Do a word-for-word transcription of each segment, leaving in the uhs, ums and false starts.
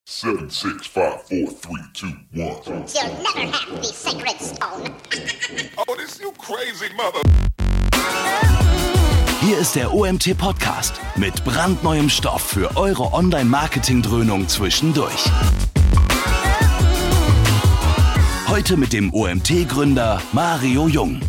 Seven, six, five, four, three, two, one. You'll never have the sacred stone. Oh, this you crazy mother. Hier ist der O M T-Podcast mit brandneuem Stoff für eure Online-Marketing-Dröhnung zwischendurch. Heute mit dem O M T-Gründer Mario Jung.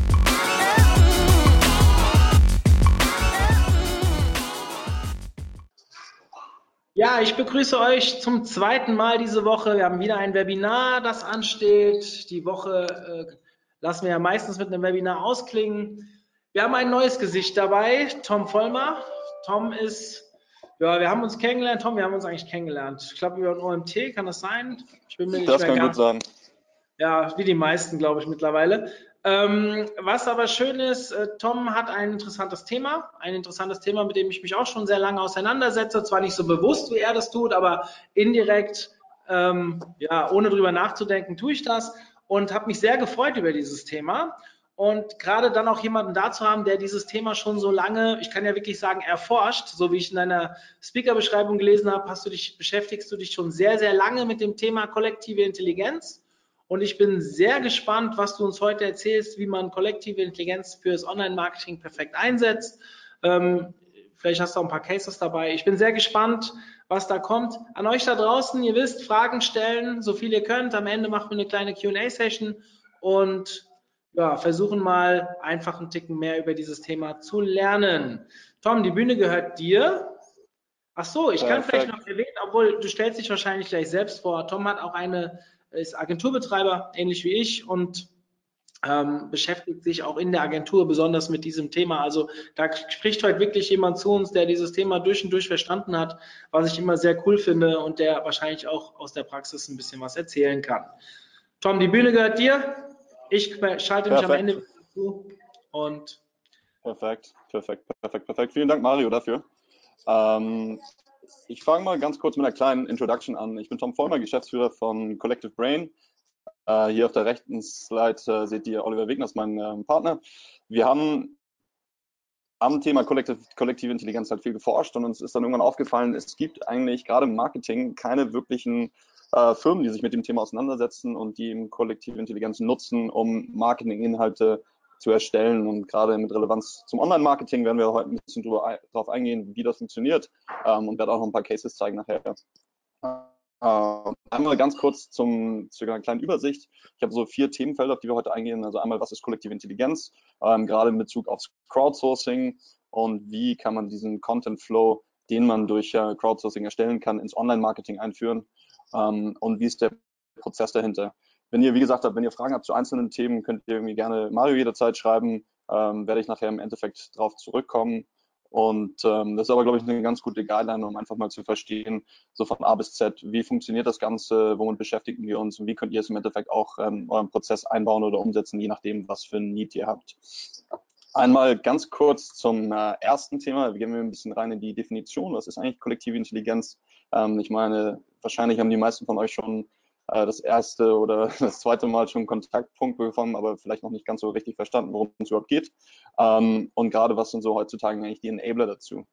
Ja, ich begrüße euch zum zweiten Mal diese Woche. Wir haben wieder ein Webinar, das ansteht. Die Woche äh, lassen wir ja meistens mit einem Webinar ausklingen. Wir haben ein neues Gesicht dabei, Tom Vollmer. Tom ist, ja, wir haben uns kennengelernt. Tom, wir haben uns eigentlich kennengelernt. Ich glaube, über den O M T, kann das sein? Ich bin mir nicht das mehr kann ganz, gut sein. Ja, wie die meisten, glaube ich, mittlerweile. Ähm, was aber schön ist, äh, Tom hat ein interessantes Thema, ein interessantes Thema, mit dem ich mich auch schon sehr lange auseinandersetze, zwar nicht so bewusst, wie er das tut, aber indirekt, ähm, ja, ohne drüber nachzudenken, tue ich das und habe mich sehr gefreut über dieses Thema und gerade dann auch jemanden da zu haben, der dieses Thema schon so lange, ich kann ja wirklich sagen, erforscht, so wie ich in deiner Speaker-Beschreibung gelesen habe, hast du dich, beschäftigst du dich schon sehr, sehr lange mit dem Thema kollektive Intelligenz. Und ich bin sehr gespannt, was du uns heute erzählst, wie man kollektive Intelligenz fürs Online-Marketing perfekt einsetzt. Ähm, vielleicht hast du auch ein paar Cases dabei. Ich bin sehr gespannt, was da kommt. An euch da draußen, ihr wisst, Fragen stellen, so viel ihr könnt. Am Ende machen wir eine kleine Q und A-Session und ja, versuchen mal einfach einen Ticken mehr über dieses Thema zu lernen. Tom, die Bühne gehört dir. Ach so, ich kann vielleicht noch erwähnen, obwohl du stellst dich wahrscheinlich gleich selbst vor. Tom hat auch eine ist Agenturbetreiber, ähnlich wie ich, und ähm, beschäftigt sich auch in der Agentur besonders mit diesem Thema. Also da spricht heute wirklich jemand zu uns, der dieses Thema durch und durch verstanden hat, was ich immer sehr cool finde und der wahrscheinlich auch aus der Praxis ein bisschen was erzählen kann. Tom, die Bühne gehört dir. Ich schalte mich Perfekt. am Ende zu. Und perfekt, perfekt, perfekt, perfekt. Vielen Dank, Mario, dafür. Ähm, Ich fange mal ganz kurz mit einer kleinen Introduction an. Ich bin Tom Vollmer, Geschäftsführer von Collective Brain. Äh, hier auf der rechten Slide äh, seht ihr Oliver Wegner, ist mein äh, Partner. Wir haben am Thema kollektive, kollektive Intelligenz halt viel geforscht und uns ist dann irgendwann aufgefallen, es gibt eigentlich gerade im Marketing keine wirklichen äh, Firmen, die sich mit dem Thema auseinandersetzen und die eben kollektive Intelligenz nutzen, um Marketinginhalte zu erstellen, und gerade mit Relevanz zum Online-Marketing werden wir heute ein bisschen darauf eingehen, wie das funktioniert, ähm, und werde auch noch ein paar Cases zeigen nachher. Äh, einmal ganz kurz zum, zu einer kleinen Übersicht. Ich habe so vier Themenfelder, auf die wir heute eingehen. Also einmal, was ist kollektive Intelligenz, ähm, gerade in Bezug aufs Crowdsourcing und wie kann man diesen Content Flow, den man durch äh, Crowdsourcing erstellen kann, ins Online-Marketing einführen, ähm, und wie ist der Prozess dahinter. Wenn ihr, wie gesagt habt, wenn ihr Fragen habt zu einzelnen Themen, könnt ihr irgendwie gerne Mario jederzeit schreiben. Ähm, werde ich nachher im Endeffekt drauf zurückkommen. Und ähm, das ist aber, glaube ich, eine ganz gute Guideline, um einfach mal zu verstehen, so von A bis Z, wie funktioniert das Ganze, womit beschäftigen wir uns und wie könnt ihr es im Endeffekt auch ähm, euren Prozess einbauen oder umsetzen, je nachdem, was für ein Need ihr habt. Einmal ganz kurz zum äh, ersten Thema. Wir gehen ein bisschen rein in die Definition. Was ist eigentlich kollektive Intelligenz? Ähm, ich meine, wahrscheinlich haben die meisten von euch schon äh, das erste oder das zweite Mal schon einen Kontaktpunkt bekommen, aber vielleicht noch nicht ganz so richtig verstanden, worum es überhaupt geht. Ähm, und gerade was sind so heutzutage eigentlich die Enabler dazu?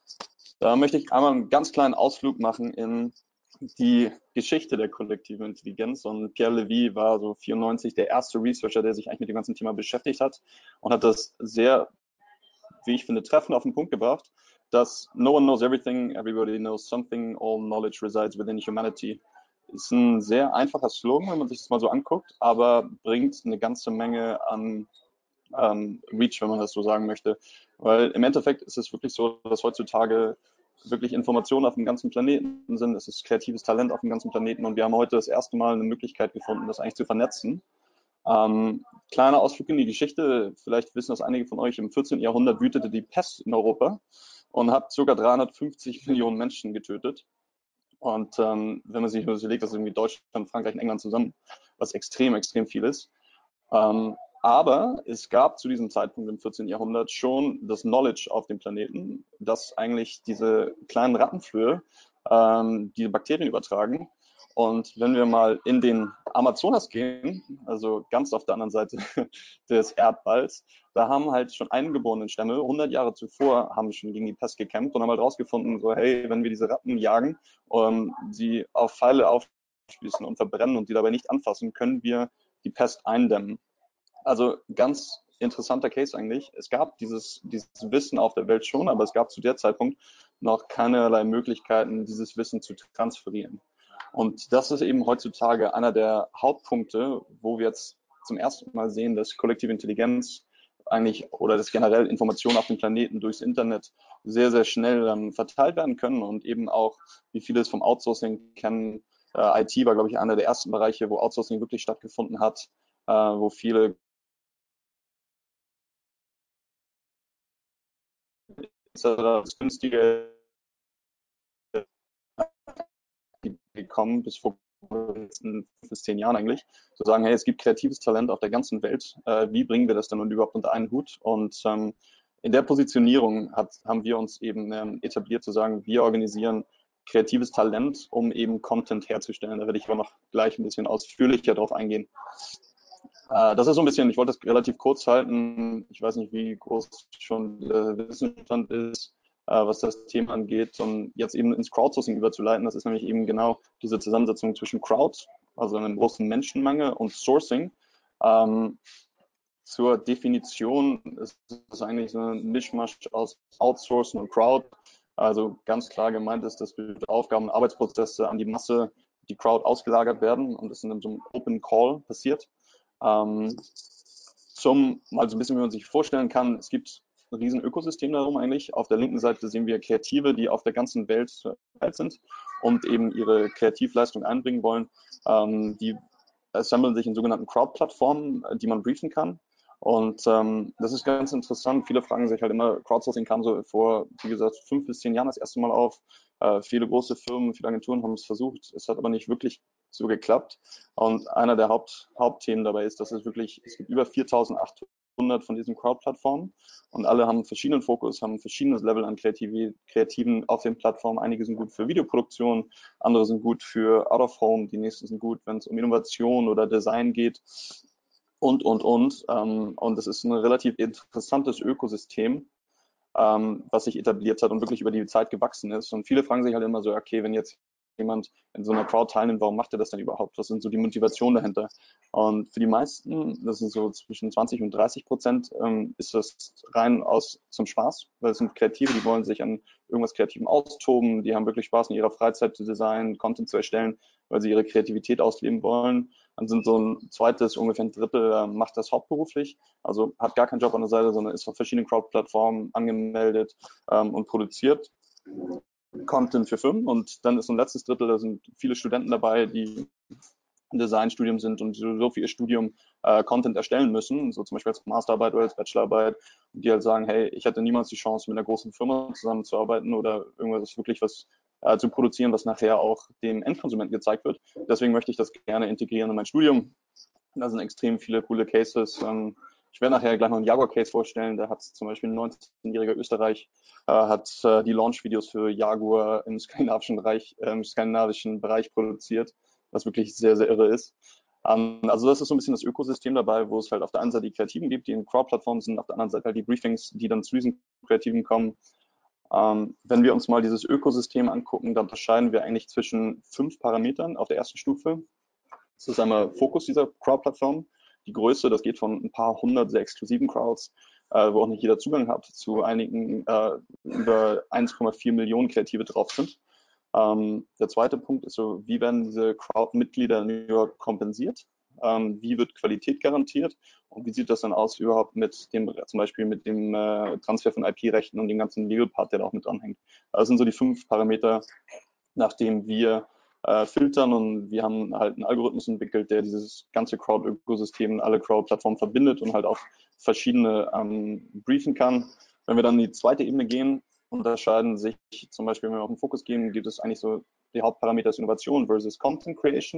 Da möchte ich einmal einen ganz kleinen Ausflug machen in die Geschichte der kollektiven Intelligenz, und Pierre Levy war so vierundneunzig der erste Researcher, der sich eigentlich mit dem ganzen Thema beschäftigt hat und hat das sehr, wie ich finde, treffend auf den Punkt gebracht, dass no one knows everything, everybody knows something, all knowledge resides within humanity. Ist ein sehr einfacher Slogan, wenn man sich das mal so anguckt, aber bringt eine ganze Menge an ähm, Reach, wenn man das so sagen möchte. Weil im Endeffekt ist es wirklich so, dass heutzutage wirklich Informationen auf dem ganzen Planeten sind. Es ist kreatives Talent auf dem ganzen Planeten und wir haben heute das erste Mal eine Möglichkeit gefunden, das eigentlich zu vernetzen. Ähm, kleiner Ausflug in die Geschichte, vielleicht wissen das einige von euch, im vierzehnten Jahrhundert wütete die Pest in Europa und hat ca. dreihundertfünfzig Millionen Menschen getötet. Und ähm, wenn man sich überlegt, dass irgendwie Deutschland, Frankreich und England zusammen, was extrem, extrem viel ist. Ähm, aber es gab zu diesem Zeitpunkt im vierzehnten Jahrhundert schon das Knowledge auf dem Planeten, dass eigentlich diese kleinen Rattenflöhe ähm, diese Bakterien übertragen Und wenn wir mal in den Amazonas gehen, also ganz auf der anderen Seite des Erdballs, da haben halt schon eingeborene Stämme hundert Jahre zuvor haben schon gegen die Pest gekämpft und haben halt rausgefunden, so hey, wenn wir diese Ratten jagen und sie auf Pfeile aufspießen und verbrennen und die dabei nicht anfassen, können wir die Pest eindämmen. Also ganz interessanter Case eigentlich. Es gab dieses, dieses Wissen auf der Welt schon, aber es gab zu der Zeitpunkt noch keinerlei Möglichkeiten, dieses Wissen zu transferieren. Und das ist eben heutzutage einer der Hauptpunkte, wo wir jetzt zum ersten Mal sehen, dass kollektive Intelligenz eigentlich oder dass generell Informationen auf dem Planeten durchs Internet sehr, sehr schnell ähm, verteilt werden können und eben auch, wie viele es vom Outsourcing kennen, äh, I T war, glaube ich, einer der ersten Bereiche, wo Outsourcing wirklich stattgefunden hat, äh, wo viele das günstige gekommen, bis vor fünf bis zehn Jahren eigentlich, zu sagen, hey, es gibt kreatives Talent auf der ganzen Welt, äh, wie bringen wir das denn überhaupt unter einen Hut? Und ähm, in der Positionierung hat, haben wir uns eben ähm, etabliert, zu sagen, wir organisieren kreatives Talent, um eben Content herzustellen. Da werde ich aber noch gleich ein bisschen ausführlicher drauf eingehen. Äh, das ist so ein bisschen, ich wollte das relativ kurz halten, ich weiß nicht, wie groß schon der Wissensstand ist, was das Thema angeht, um jetzt eben ins Crowdsourcing überzuleiten. Das ist nämlich eben genau diese Zusammensetzung zwischen Crowd, also einem großen Menschenmangel, und Sourcing. Ähm, zur Definition ist es eigentlich so ein Mischmasch aus Outsourcen und Crowd. Also ganz klar gemeint ist, dass Aufgaben und Arbeitsprozesse an die Masse, die Crowd ausgelagert werden und das in so einem Open Call passiert. Ähm, zum, mal so ein bisschen, wie man sich vorstellen kann, es gibt ein riesen Ökosystem darum eigentlich. Auf der linken Seite sehen wir Kreative, die auf der ganzen Welt verteilt sind und eben ihre Kreativleistung einbringen wollen. Ähm, die assemblen sich in sogenannten Crowd-Plattformen, die man briefen kann. Und ähm, das ist ganz interessant. Viele fragen sich halt immer, Crowdsourcing kam so vor, wie gesagt, fünf bis zehn Jahren das erste Mal auf. Äh, viele große Firmen, viele Agenturen haben es versucht. Es hat aber nicht wirklich so geklappt. Und einer der Haupt, Hauptthemen dabei ist, dass es wirklich, es gibt über viertausendachthundert von diesen Crowd-Plattformen und alle haben einen verschiedenen Fokus, haben ein verschiedenes Level an Kreativ Kreativen auf den Plattformen. Einige sind gut für Videoproduktion, andere sind gut für Out of Home, die nächsten sind gut, wenn es um Innovation oder Design geht und, und, und. Und das ist ein relativ interessantes Ökosystem, was sich etabliert hat und wirklich über die Zeit gewachsen ist. Und viele fragen sich halt immer so, okay, wenn jetzt jemand in so einer Crowd teilnimmt, warum macht er das denn überhaupt? Was sind so die Motivationen dahinter? Und für die meisten, das sind so zwischen zwanzig und dreißig Prozent, ähm, ist das rein aus zum Spaß, weil es sind Kreative, die wollen sich an irgendwas Kreativem austoben, die haben wirklich Spaß in ihrer Freizeit zu designen, Content zu erstellen, weil sie ihre Kreativität ausleben wollen. Dann sind so ein zweites, ungefähr ein Drittel, äh, macht das hauptberuflich, also hat gar keinen Job an der Seite, sondern ist auf verschiedenen Crowd-Plattformen angemeldet ähm, und produziert Content für Firmen. Und dann ist so ein letztes Drittel, da sind viele Studenten dabei, die im Designstudium sind und so für ihr Studium äh, Content erstellen müssen, so zum Beispiel als Masterarbeit oder als Bachelorarbeit, und die halt sagen, hey, ich hatte niemals die Chance, mit einer großen Firma zusammenzuarbeiten oder irgendwas wirklich was äh, zu produzieren, was nachher auch dem Endkonsumenten gezeigt wird. Deswegen möchte ich das gerne integrieren in mein Studium. Da sind extrem viele coole Cases. Ähm, Ich werde nachher gleich noch einen Jaguar-Case vorstellen. Da hat zum Beispiel ein neunzehnjähriger Österreich äh, hat äh, die Launch-Videos für Jaguar im skandinavischen Bereich, äh, im skandinavischen Bereich produziert, was wirklich sehr, sehr irre ist. Ähm, also das ist so ein bisschen das Ökosystem dabei, wo es halt auf der einen Seite die Kreativen gibt, die in Crowd-Plattformen sind, auf der anderen Seite halt die Briefings, die dann zu diesen Kreativen kommen. Ähm, wenn wir uns mal dieses Ökosystem angucken, dann unterscheiden wir eigentlich zwischen fünf Parametern auf der ersten Stufe. Das ist einmal Fokus dieser Crowd-Plattform. Die Größe, das geht von ein paar hundert sehr exklusiven Crowds, äh, wo auch nicht jeder Zugang hat, zu einigen äh, über eins Komma vier Millionen Kreative drauf sind. Ähm, der zweite Punkt ist so, wie werden diese Crowd-Mitglieder in New York kompensiert? Ähm, wie wird Qualität garantiert? Und wie sieht das dann aus überhaupt mit dem, zum Beispiel mit dem äh, Transfer von I P-Rechten und dem ganzen Legal-Part, der da auch mit dranhängt? Das sind so die fünf Parameter, nachdem wir äh, filtern, und wir haben halt einen Algorithmus entwickelt, der dieses ganze Crowd-Ökosystem, alle Crowd-Plattformen verbindet und halt auch verschiedene ähm, briefen kann. Wenn wir dann in die zweite Ebene gehen, unterscheiden sich zum Beispiel, wenn wir auf den Fokus gehen, gibt es eigentlich so die Hauptparameter ist Innovation versus Content Creation.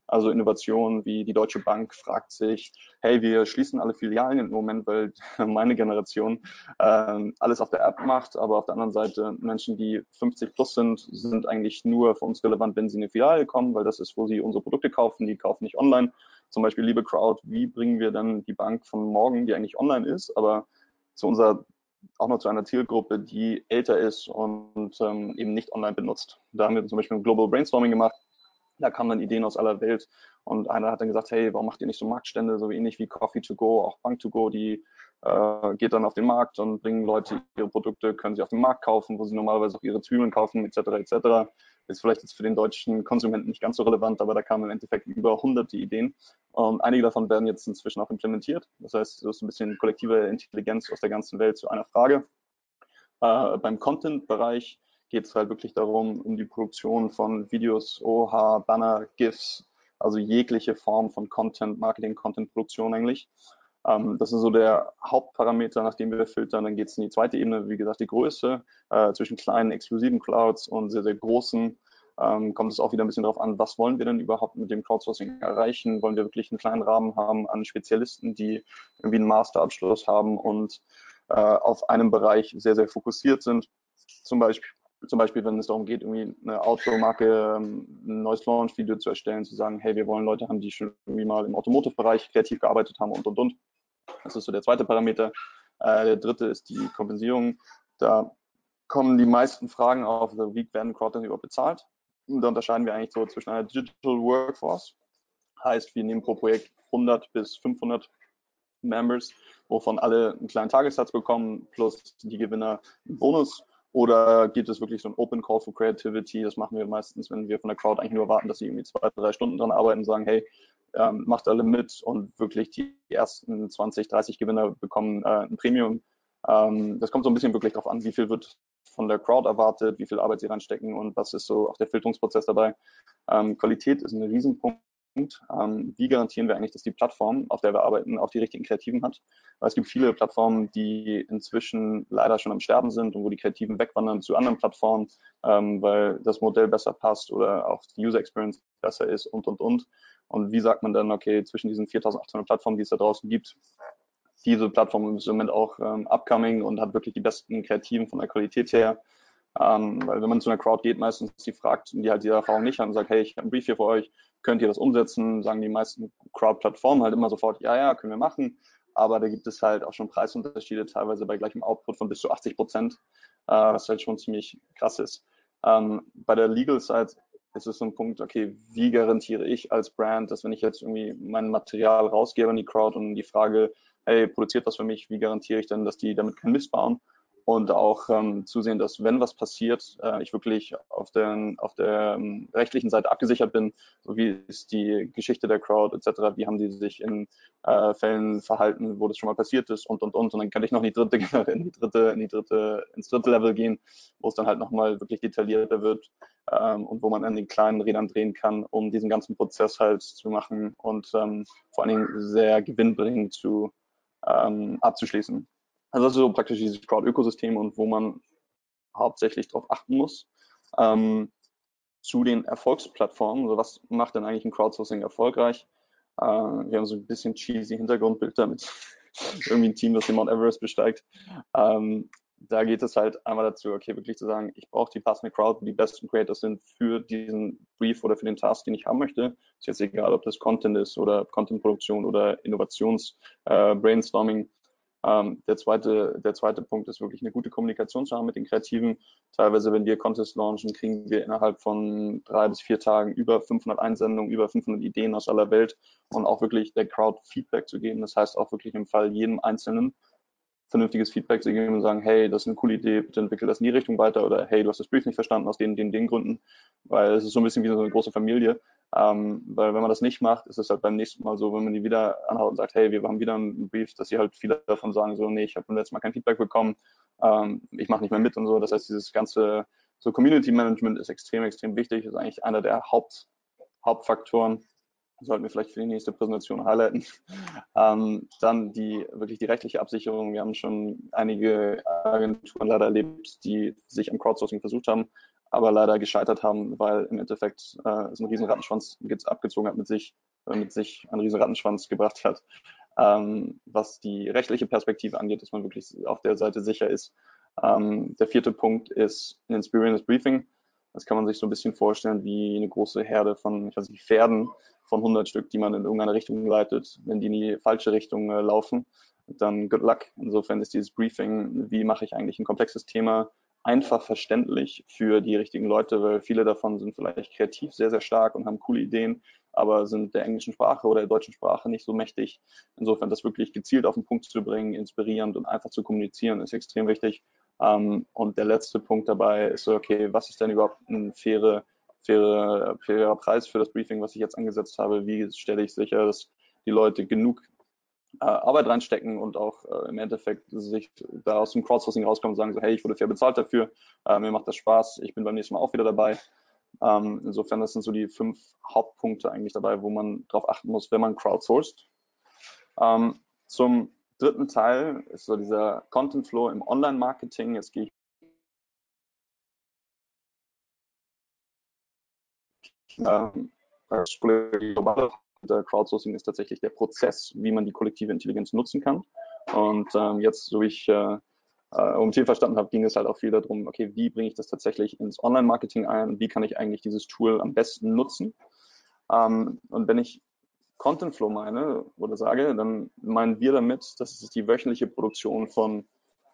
Also Innovationen wie die Deutsche Bank fragt sich, hey, wir schließen alle Filialen im Moment, weil meine Generation äh, alles auf der App macht, aber auf der anderen Seite Menschen, die fünfzig plus sind, sind eigentlich nur für uns relevant, wenn sie in eine Filiale kommen, weil das ist, wo sie unsere Produkte kaufen, die kaufen nicht online. Zum Beispiel, liebe Crowd, wie bringen wir dann die Bank von morgen, die eigentlich online ist, aber zu unserer, auch noch zu einer Zielgruppe, die älter ist und ähm, eben nicht online benutzt. Da haben wir zum Beispiel ein Global Brainstorming gemacht. Da kamen dann Ideen aus aller Welt und einer hat dann gesagt, hey, warum macht ihr nicht so Marktstände, so ähnlich wie Coffee to go, auch Bank to go, die äh, geht dann auf den Markt und bringen Leute ihre Produkte, können sie auf dem Markt kaufen, wo sie normalerweise auch ihre Zwiebeln kaufen, et cetera et cetera. Ist vielleicht jetzt für den deutschen Konsumenten nicht ganz so relevant, aber da kamen im Endeffekt über hunderte Ideen und einige davon werden jetzt inzwischen auch implementiert. Das heißt, so ist ein bisschen kollektive Intelligenz aus der ganzen Welt zu einer Frage. Äh, beim Content-Bereich geht es halt wirklich darum, um die Produktion von Videos, O H, Banner, GIFs, also jegliche Form von Content, Marketing, Content-Produktion eigentlich. Ähm, das ist so der Hauptparameter, nach dem wir filtern. Dann geht es in die zweite Ebene, wie gesagt, die Größe. Äh, zwischen kleinen, exklusiven Clouds und sehr, sehr großen ähm, kommt es auch wieder ein bisschen darauf an, was wollen wir denn überhaupt mit dem Crowdsourcing erreichen? Wollen wir wirklich einen kleinen Rahmen haben an Spezialisten, die irgendwie einen Masterabschluss haben und äh, auf einem Bereich sehr, sehr fokussiert sind? Zum Beispiel Zum Beispiel, wenn es darum geht, irgendwie eine Outdoor-Marke, ein neues Launch-Video zu erstellen, zu sagen, hey, wir wollen Leute haben, die schon irgendwie mal im Automotive-Bereich kreativ gearbeitet haben und, und, und. Das ist so der zweite Parameter. Äh, der dritte ist die Kompensierung. Da kommen die meisten Fragen auf, also wie werden Crowdfunding überhaupt bezahlt? Und da unterscheiden wir eigentlich so zwischen einer Digital Workforce, heißt, wir nehmen pro Projekt hundert bis fünfhundert Members, wovon alle einen kleinen Tagessatz bekommen, plus die Gewinner einen Bonus. Oder gibt es wirklich so ein Open Call for Creativity? Das machen wir meistens, wenn wir von der Crowd eigentlich nur warten, dass sie irgendwie zwei, drei Stunden dran arbeiten und sagen, hey, ähm, macht alle mit und wirklich die ersten zwanzig, dreißig Gewinner bekommen äh, ein Premium. Ähm, das kommt so ein bisschen wirklich darauf an, wie viel wird von der Crowd erwartet, wie viel Arbeit sie reinstecken und was ist so auch der Filterungsprozess dabei. Ähm, Qualität ist ein Riesenpunkt. Ähm, wie garantieren wir eigentlich, dass die Plattform, auf der wir arbeiten, auch die richtigen Kreativen hat? Weil es gibt viele Plattformen, die inzwischen leider schon am Sterben sind und wo die Kreativen wegwandern zu anderen Plattformen, ähm, weil das Modell besser passt oder auch die User Experience besser ist und, und, und. Und wie sagt man dann, okay, zwischen diesen viertausendachthundert Plattformen, die es da draußen gibt, diese Plattform ist im Moment auch ähm, upcoming und hat wirklich die besten Kreativen von der Qualität her. Ähm, weil wenn man zu einer Crowd geht, meistens die fragt, die halt diese Erfahrung nicht haben und sagt, hey, ich habe einen Brief hier für euch, könnt ihr das umsetzen? Sagen die meisten Crowd-Plattformen halt immer sofort, ja, ja, können wir machen. Aber da gibt es halt auch schon Preisunterschiede, teilweise bei gleichem Output von bis zu achtzig Prozent, äh, was halt schon ziemlich krass ist. Ähm, bei der Legal-Side ist es so ein Punkt, okay, wie garantiere ich als Brand, dass wenn ich jetzt irgendwie mein Material rausgebe an die Crowd und die Frage, hey, produziert was für mich, wie garantiere ich denn, dass die damit keinen Mist bauen? Und auch ähm, zusehen, dass wenn was passiert, äh, ich wirklich auf der, auf der ähm, rechtlichen Seite abgesichert bin, so wie ist die Geschichte der Crowd et cetera, wie haben die sich in äh, Fällen verhalten, wo das schon mal passiert ist und und und. Und dann kann ich noch in die dritte, in die dritte, in die dritte, ins dritte Level gehen, wo es dann halt nochmal wirklich detaillierter wird ähm, und wo man an den kleinen Rädern drehen kann, um diesen ganzen Prozess halt zu machen und ähm, vor allen Dingen sehr gewinnbringend zu ähm, abzuschließen. Also das ist so praktisch dieses Crowd-Ökosystem und wo man hauptsächlich darauf achten muss. Ähm, zu den Erfolgsplattformen, also was macht denn eigentlich ein Crowdsourcing erfolgreich? Äh, wir haben so ein bisschen cheesy Hintergrundbild damit, irgendwie ein Team, das den Mount Everest besteigt. Ähm, da geht es halt einmal dazu, okay, wirklich zu sagen, ich brauche die passende Crowd, wo die besten Creators sind für diesen Brief oder für den Task, den ich haben möchte. Ist jetzt egal, ob das Content ist oder Contentproduktion oder Innovations-Brainstorming. Äh, Ähm, der, zweite, der zweite Punkt ist wirklich eine gute Kommunikation zu haben mit den Kreativen. Teilweise, wenn wir Contests launchen, kriegen wir innerhalb von drei bis vier Tagen über fünfhundert Einsendungen, über fünfhundert Ideen aus aller Welt und auch wirklich der Crowd Feedback zu geben. Das heißt auch wirklich im Fall jedem Einzelnen vernünftiges Feedback zu geben und sagen, hey, das ist eine coole Idee, bitte entwickel das in die Richtung weiter oder hey, du hast das Brief nicht verstanden aus den, den, den Gründen, weil es ist so ein bisschen wie so eine große Familie. Ähm, weil wenn man das nicht macht, ist es halt beim nächsten Mal so, wenn man die wieder anhaut und sagt, hey, wir haben wieder einen Brief, dass sie halt viele davon sagen, so, nee, ich habe beim letzten Mal kein Feedback bekommen, ähm, ich mache nicht mehr mit und so. Das heißt, dieses ganze so Community Management ist extrem, extrem wichtig, ist eigentlich einer der Haupt, Hauptfaktoren. Sollten wir vielleicht für die nächste Präsentation highlighten. Ähm, dann die wirklich die rechtliche Absicherung. Wir haben schon einige Agenturen leider erlebt, die sich am Crowdsourcing versucht haben, aber leider gescheitert haben, weil im Endeffekt äh, es einen riesen Rattenschwanz abgezogen hat mit sich, äh, mit sich einen riesen Rattenschwanz gebracht hat. Ähm, was die rechtliche Perspektive angeht, dass man wirklich auf der Seite sicher ist. Ähm, der vierte Punkt ist ein Experience Briefing. Das kann man sich so ein bisschen vorstellen wie eine große Herde von, ich weiß nicht, Pferden von hundert Stück, die man in irgendeine Richtung leitet. Wenn die in die falsche Richtung äh, laufen, dann good luck. Insofern ist dieses Briefing, wie mache ich eigentlich ein komplexes Thema einfach verständlich für die richtigen Leute, weil viele davon sind vielleicht kreativ sehr, sehr stark und haben coole Ideen, aber sind der englischen Sprache oder der deutschen Sprache nicht so mächtig. Insofern das wirklich gezielt auf den Punkt zu bringen, inspirierend und einfach zu kommunizieren, ist extrem wichtig. Um, und der letzte Punkt dabei ist so, okay, was ist denn überhaupt ein faire, faire, fairer Preis für das Briefing, was ich jetzt angesetzt habe? Wie stelle ich sicher, dass die Leute genug äh, Arbeit reinstecken und auch äh, im Endeffekt sich da aus dem Crowdsourcing rauskommen und sagen so, hey, ich wurde fair bezahlt dafür, äh, mir macht das Spaß, ich bin beim nächsten Mal auch wieder dabei. Um, insofern, das sind so die fünf Hauptpunkte eigentlich dabei, wo man drauf achten muss, wenn man crowdsourced. Um, zum dritten Teil ist so dieser Content Flow im Online-Marketing. Jetzt gehe ich ähm, der Crowdsourcing ist tatsächlich der Prozess, wie man die kollektive Intelligenz nutzen kann. Und ähm, jetzt, so wie ich äh, um viel verstanden habe, ging es halt auch viel darum, okay, wie bringe ich das tatsächlich ins Online-Marketing ein? Wie kann ich eigentlich dieses Tool am besten nutzen? Ähm, und wenn ich Content Flow meine oder sage, dann meinen wir damit, das ist die wöchentliche Produktion von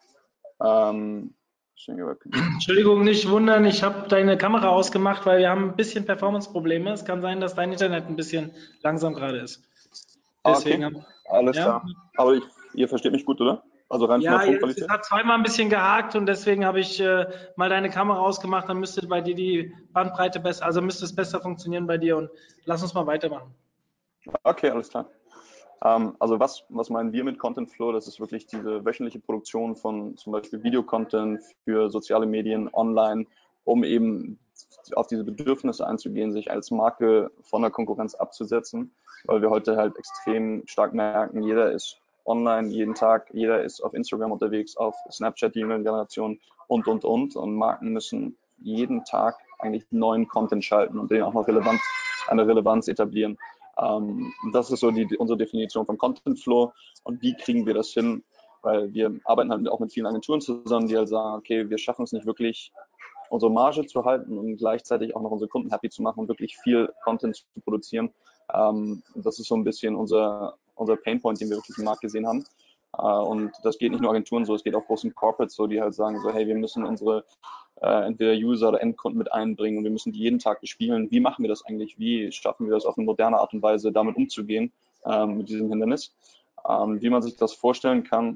ähm, Entschuldigung, nicht wundern, ich habe deine Kamera ausgemacht, weil wir haben ein bisschen Performance-Probleme. Es kann sein, dass dein Internet ein bisschen langsam gerade ist. Deswegen ah, okay. haben, Alles ja? klar. Aber ich, ihr versteht mich gut, oder? Also rein Ja, von der jetzt, Tonqualität? es hat zweimal ein bisschen gehakt und deswegen habe ich äh, mal deine Kamera ausgemacht, dann müsste bei dir die Bandbreite besser, also müsste es besser funktionieren bei dir und lass uns mal weitermachen. Okay, alles klar. Um, also was, was meinen wir mit Content Flow? Das ist wirklich diese wöchentliche Produktion von zum Beispiel Videocontent für soziale Medien online, um eben auf diese Bedürfnisse einzugehen, sich als Marke von der Konkurrenz abzusetzen, weil wir heute halt extrem stark merken, jeder ist online jeden Tag, jeder ist auf Instagram unterwegs, auf Snapchat, die jüngere Generation und, und, und. Und Marken müssen jeden Tag eigentlich neuen Content schalten und den auch noch relevant, eine Relevanz etablieren. Um, das ist so die, unsere Definition von Content Flow. Und wie kriegen wir das hin? Weil wir arbeiten halt auch mit vielen Agenturen zusammen, die halt sagen, okay, wir schaffen es nicht wirklich, unsere Marge zu halten und gleichzeitig auch noch unsere Kunden happy zu machen und wirklich viel Content zu produzieren. Um, das ist so ein bisschen unser, unser Painpoint, den wir wirklich im Markt gesehen haben. Uh, und das geht nicht nur Agenturen so, es geht auch großen Corporates so, die halt sagen so, hey, wir müssen unsere äh, entweder User oder Endkunden mit einbringen und wir müssen die jeden Tag bespielen. Wie machen wir das eigentlich? Wie schaffen wir das auf eine moderne Art und Weise, damit umzugehen, ähm, mit diesem Hindernis? Ähm, wie man sich das vorstellen kann,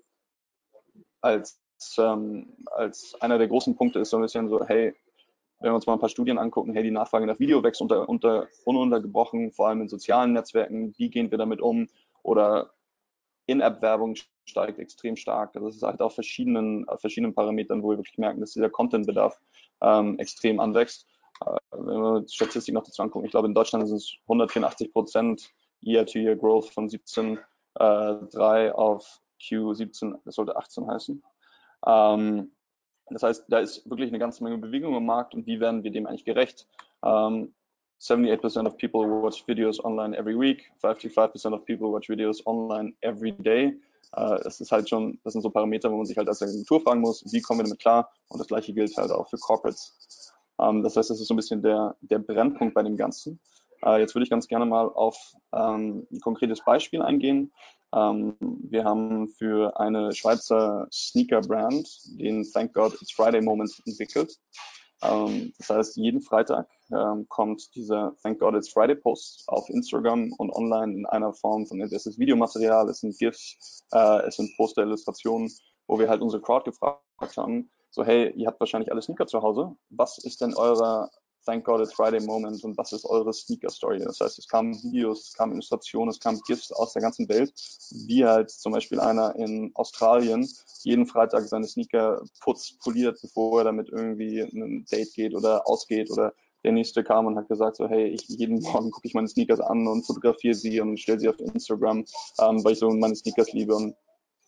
als, ähm, als einer der großen Punkte ist so ein bisschen so, hey, wenn wir uns mal ein paar Studien angucken, hey, die Nachfrage nach Video wächst unter, unter, ununtergebrochen, vor allem in sozialen Netzwerken. Wie gehen wir damit um? Oder In-App-Werbung steigt extrem stark. Das ist halt auf verschiedenen, auf verschiedenen Parametern, wo wir wirklich merken, dass dieser Content-Bedarf ähm, extrem anwächst. Äh, wenn wir die Statistik noch dazu angucken, ich glaube, in Deutschland sind es hundertvierundachtzig Prozent Year-to-Year-Growth von siebzehn Komma drei auf Q siebzehn, das sollte achtzehn heißen. Ähm, das heißt, da ist wirklich eine ganze Menge Bewegung im Markt und wie werden wir dem eigentlich gerecht? Ähm, seventy-eight percent of people watch videos online every week, fifty-five percent of people watch videos online every day. Uh, das ist halt schon, das sind so Parameter, wo man sich halt als Agentur fragen muss, wie kommen wir damit klar? Und das gleiche gilt halt auch für Corporates. Um, das heißt, das ist so ein bisschen der, der Brennpunkt bei dem Ganzen. Uh, jetzt würde ich ganz gerne mal auf um, ein konkretes Beispiel eingehen. Um, wir haben für eine Schweizer Sneaker-Brand den Thank God It's Friday Moment entwickelt. Um, das heißt, jeden Freitag um, kommt dieser Thank God It's Friday Post auf Instagram und online in einer Form von, es ist Videomaterial, es sind GIFs, uh, es sind Poster-Illustrationen, wo wir halt unsere Crowd gefragt haben, so hey, ihr habt wahrscheinlich alle Sneaker zu Hause, was ist denn euer Thank God It's Friday Moment und was ist eure Sneaker-Story? Das heißt, es kamen Videos, es kamen Illustrationen, es kamen GIFs aus der ganzen Welt, wie halt zum Beispiel einer in Australien jeden Freitag seine Sneaker putzt, poliert, bevor er damit irgendwie in ein Date geht oder ausgeht oder der nächste kam und hat gesagt so, hey, ich, jeden Morgen gucke ich meine Sneakers an und fotografiere sie und stelle sie auf Instagram, ähm, weil ich so meine Sneakers liebe und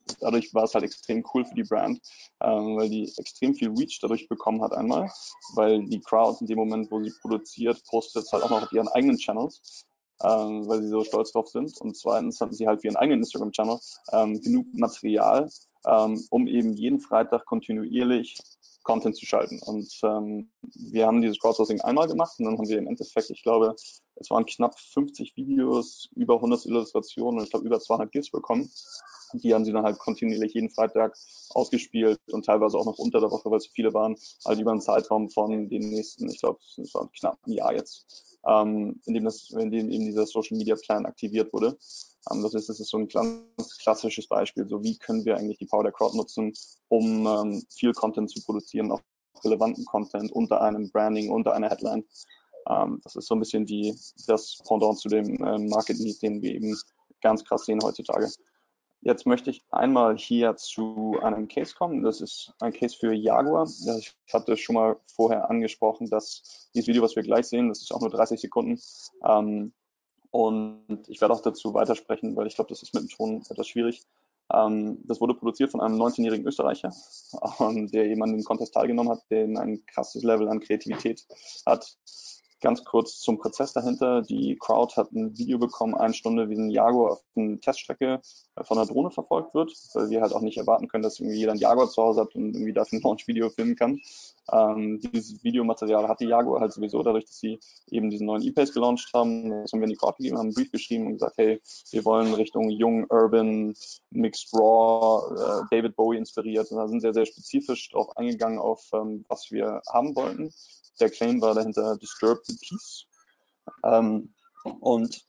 dadurch war es halt extrem cool für die Brand, ähm, weil die extrem viel Reach dadurch bekommen hat einmal, weil die Crowd in dem Moment, wo sie produziert, postet es halt auch noch auf ihren eigenen Channels, ähm, weil sie so stolz drauf sind. Und zweitens hatten sie halt für ihren eigenen Instagram-Channel ähm, genug Material, ähm, um eben jeden Freitag kontinuierlich Content zu schalten. Und ähm, wir haben dieses Crowdsourcing einmal gemacht und dann haben wir im Endeffekt, ich glaube, es waren knapp fünfzig Videos, über hundert Illustrationen und ich glaube über zweihundert GIFs bekommen. Die haben sie dann halt kontinuierlich jeden Freitag ausgespielt und teilweise auch noch unter der Woche, weil es so viele waren, halt über einen Zeitraum von den nächsten, ich glaube, es war knapp ein Jahr jetzt, ähm, in dem das, in dem eben dieser Social Media Plan aktiviert wurde. Ähm, das ist, das ist so ein ganz klassisches Beispiel, so wie können wir eigentlich die Power der Crowd nutzen, um ähm, viel Content zu produzieren, auch relevanten Content unter einem Branding, unter einer Headline. Ähm, das ist so ein bisschen die, das Pendant zu dem ähm, Market Need, den wir eben ganz krass sehen heutzutage. Jetzt möchte ich einmal hier zu einem Case kommen. Das ist ein Case für Jaguar. Ich hatte schon mal vorher angesprochen, dass dieses Video, was wir gleich sehen, das ist auch nur dreißig Sekunden. Ähm, und ich werde auch dazu weitersprechen, weil ich glaube, das ist mit dem Ton etwas schwierig. Ähm, das wurde produziert von einem neunzehnjährigen Österreicher, ähm, der eben an dem Contest teilgenommen hat, der ein krasses Level an Kreativität hat. Ganz kurz zum Prozess dahinter. Die Crowd hat ein Video bekommen, eine Stunde, wie ein Jaguar auf einer Teststrecke von einer Drohne verfolgt wird, weil wir halt auch nicht erwarten können, dass irgendwie jeder ein Jaguar zu Hause hat und irgendwie dafür ein Launch-Video filmen kann. Ähm, dieses Videomaterial hat die Jaguar halt sowieso dadurch, dass sie eben diesen neuen E-Pace gelauncht haben. Das haben wir in die Crowd gegeben, haben einen Brief geschrieben und gesagt, hey, wir wollen Richtung jung, urban, mixed raw, äh, David Bowie inspiriert. Und da sind sehr, sehr spezifisch drauf eingegangen, auf ähm, was wir haben wollten. Der Claim war dahinter Disturb the Peace. Ähm, und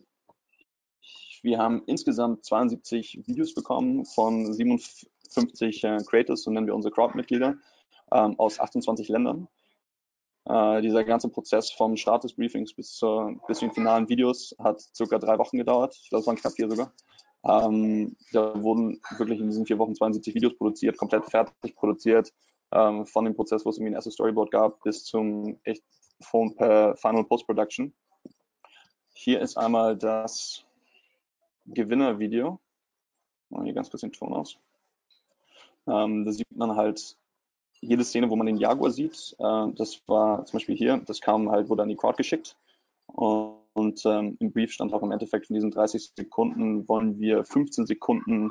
wir haben insgesamt zweiundsiebzig Videos bekommen von siebenundfünfzig äh, Creators, so nennen wir unsere Crowd-Mitglieder, ähm, aus achtundzwanzig Ländern. Äh, dieser ganze Prozess vom Start des Briefings bis, zur, bis zu den finalen Videos hat circa drei Wochen gedauert. Ich glaube, es waren knapp vier sogar. Ähm, da wurden wirklich in diesen vier Wochen zweiundsiebzig Videos produziert, komplett fertig produziert. Ähm, von dem Prozess, wo es irgendwie ein erstes Storyboard gab, bis zum echt von, äh, Final Post-Production. Hier ist einmal das Gewinner-Video. Machen wir hier ganz kurz den Ton aus. Ähm, da sieht man halt jede Szene, wo man den Jaguar sieht. Äh, das war zum Beispiel hier, das kam halt, wurde an die Crowd geschickt. Und, und ähm, im Brief stand auch im Endeffekt von diesen dreißig Sekunden wollen wir fünfzehn Sekunden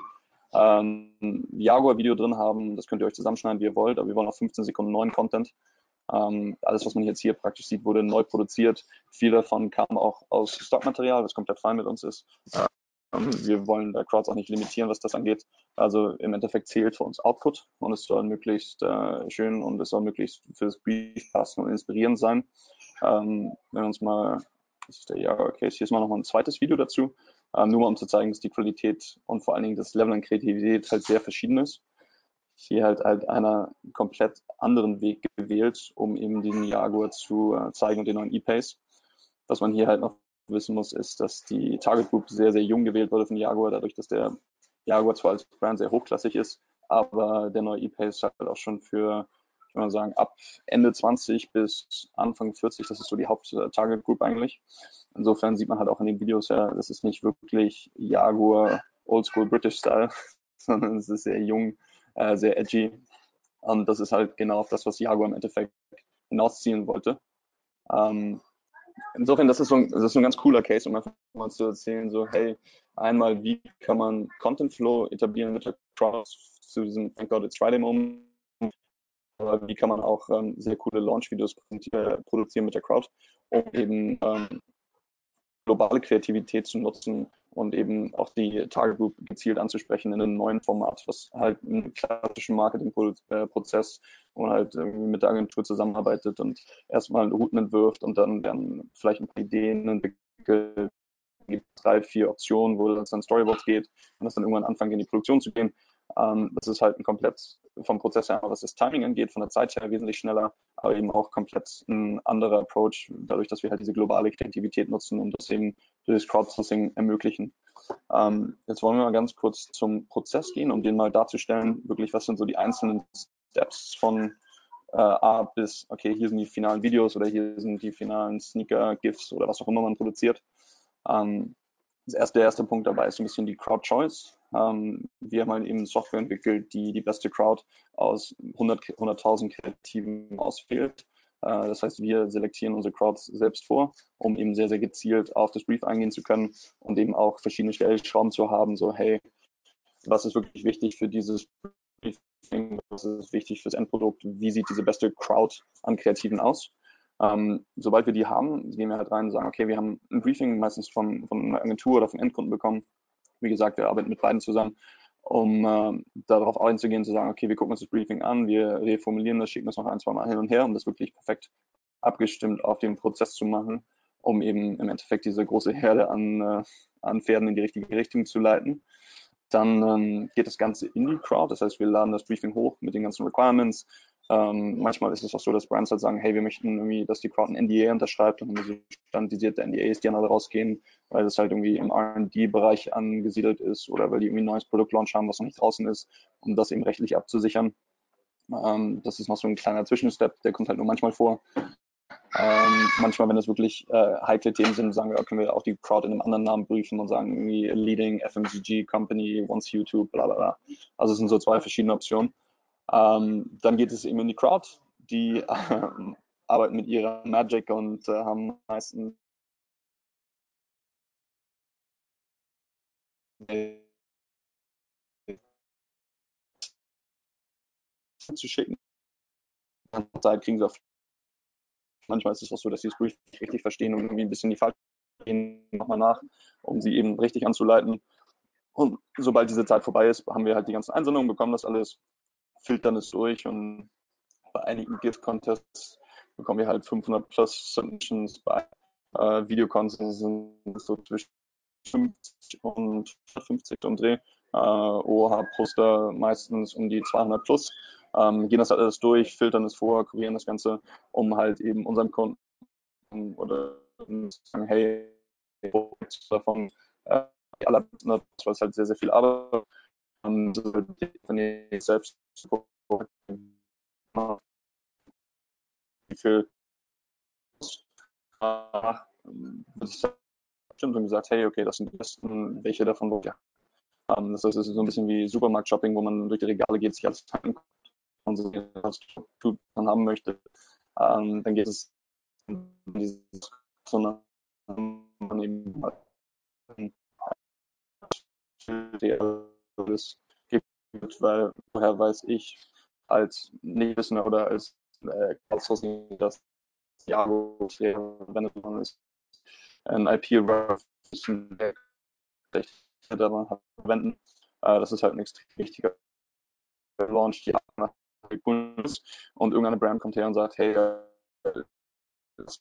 ähm, Jaguar-Video drin haben. Das könnt ihr euch zusammenschneiden, wie ihr wollt, aber wir wollen auch fünfzehn Sekunden neuen Content. Ähm, alles, was man jetzt hier praktisch sieht, wurde neu produziert. Viel davon kam auch aus Stockmaterial, was komplett fein mit uns ist. Ähm, wir wollen der Crowds auch nicht limitieren, was das angeht. Also im Endeffekt zählt für uns Output und es soll möglichst äh, schön und es soll möglichst für das Brief passen und inspirierend sein. Ähm, wenn wir uns mal, das ist der Jaguar-Case, hier ist mal nochmal ein zweites Video dazu, ähm, nur mal um zu zeigen, dass die Qualität und vor allen Dingen das Level an Kreativität halt sehr verschieden ist. Hier halt halt einer komplett anderen Weg gewählt, um eben diesen Jaguar zu äh, zeigen und den neuen E-Pace. Was man hier halt noch wissen muss, ist, dass die Target Group sehr, sehr jung gewählt wurde von Jaguar, dadurch, dass der Jaguar zwar als Brand sehr hochklassig ist, aber der neue E-Pace halt auch schon für, ich würde mal sagen, ab Ende zwanzig bis Anfang vierzig, das ist so die Haupt-Target Group eigentlich. Insofern sieht man halt auch in den Videos, ja, das ist nicht wirklich Jaguar Oldschool British Style, sondern es ist sehr jung, äh, sehr edgy. Und das ist halt genau das, was Jaguar im Endeffekt hinausziehen wollte. Ähm, insofern, das ist, so ein, das ist so ein ganz cooler Case, um einfach mal zu erzählen, so, hey, einmal, wie kann man Content Flow etablieren mit der Crowd zu diesem Thank God It's Friday Moment, aber wie kann man auch ähm, sehr coole Launch-Videos produzieren mit der Crowd, um eben ähm, globale Kreativität zu nutzen und eben auch die Target Group gezielt anzusprechen in einem neuen Format, was halt im klassischen Marketingprozess, wo man halt irgendwie mit der Agentur zusammenarbeitet und erstmal einen Routen entwirft und dann werden vielleicht ein paar Ideen entwickelt, gibt drei, vier Optionen, wo es dann Storyboards geht und das dann irgendwann anfangen, in die Produktion zu gehen. Ähm, das ist halt ein komplett vom Prozess her, was das Timing angeht, von der Zeit her wesentlich schneller, aber eben auch komplett ein anderer Approach, dadurch, dass wir halt diese globale Kreativität nutzen und das eben durch das Crowdsourcing ermöglichen. Ähm, jetzt wollen wir mal ganz kurz zum Prozess gehen, um den mal darzustellen, wirklich, was sind so die einzelnen Steps von äh, A bis, okay, hier sind die finalen Videos oder hier sind die finalen Sneaker, GIFs oder was auch immer man produziert. Ähm, das erste, der erste Punkt dabei ist ein bisschen die Crowd Choice. Ähm, wir haben halt eben Software entwickelt, die die beste Crowd aus hundert, hunderttausend Kreativen auswählt. Äh, das heißt, wir selektieren unsere Crowds selbst vor, um eben sehr, sehr gezielt auf das Brief eingehen zu können und eben auch verschiedene Stellschrauben zu haben, so hey, was ist wirklich wichtig für dieses Briefing, was ist wichtig fürs Endprodukt, wie sieht diese beste Crowd an Kreativen aus. Ähm, sobald wir die haben, gehen wir halt rein und sagen, okay, wir haben ein Briefing meistens von, von einer Agentur oder vom Endkunden bekommen. Wie gesagt, wir arbeiten mit beiden zusammen, um äh, darauf einzugehen, zu sagen, okay, wir gucken uns das Briefing an, wir reformulieren das, schicken das noch ein, zwei Mal hin und her, um das wirklich perfekt abgestimmt auf den Prozess zu machen, um eben im Endeffekt diese große Herde an, äh, an Pferden in die richtige Richtung zu leiten. Dann ähm, geht das Ganze in die Crowd, das heißt, wir laden das Briefing hoch mit den ganzen Requirements. Ähm, manchmal ist es auch so, dass Brands halt sagen, hey, wir möchten irgendwie, dass die Crowd ein N D A unterschreibt und dann haben wir so standardisierte N D As, die dann halt rausgehen, weil das halt irgendwie im R und D-Bereich angesiedelt ist oder weil die irgendwie ein neues Produktlaunch haben, was noch nicht draußen ist, um das eben rechtlich abzusichern. Ähm, das ist noch so ein kleiner Zwischenstep, der kommt halt nur manchmal vor. Ähm, manchmal, wenn es wirklich äh, heikle Themen sind, sagen wir, können wir auch die Crowd in einem anderen Namen briefen und sagen, irgendwie Leading F M C G Company, wants YouTube, bla bla bla. Also es sind so zwei verschiedene Optionen. Ähm, dann geht es eben in die Crowd, die äh, arbeiten mit ihrer Magic und äh, haben meistens zu schicken. Da kriegen sie auf. Manchmal ist es auch so, dass sie das Brief nicht richtig verstehen und irgendwie ein bisschen die falsche gehen nochmal nach, um sie eben richtig anzuleiten. Und sobald diese Zeit vorbei ist, haben wir halt die ganzen Einsendungen, bekommen das alles, filtern es durch und bei einigen Gift-Contests bekommen wir halt fünfhundert plus Submissions, bei äh, Videocontests sind es so zwischen fünfzig und fünfzig um Dreh. Äh, O H-Poster meistens um die zweihundert plus. Ähm, gehen das halt alles durch, filtern es vor, kurieren das Ganze, um halt eben unseren Kunden oder sagen, hey, davon äh, alle, weil es halt sehr, sehr viel Arbeit und wenn ihr selbst wie viel ach, bestimmt und gesagt, hey, okay, das sind die besten, welche davon wo ja. Um, das heißt, es ist so ein bisschen wie Supermarkt-Shopping, wo man durch die Regale geht, sich alles tanken und so, was man haben möchte. Um, dann geht es in dieses, sondern man eben das gibt, weil woher weiß ich als Nichtwissender oder als äh, Outsourcing, dass Jago, wenn es ist, ein I P-Reference verwenden. Äh, das ist halt ein extrem wichtiger Launch, die cool ist. Und irgendeine Brand kommt her und sagt, hey, das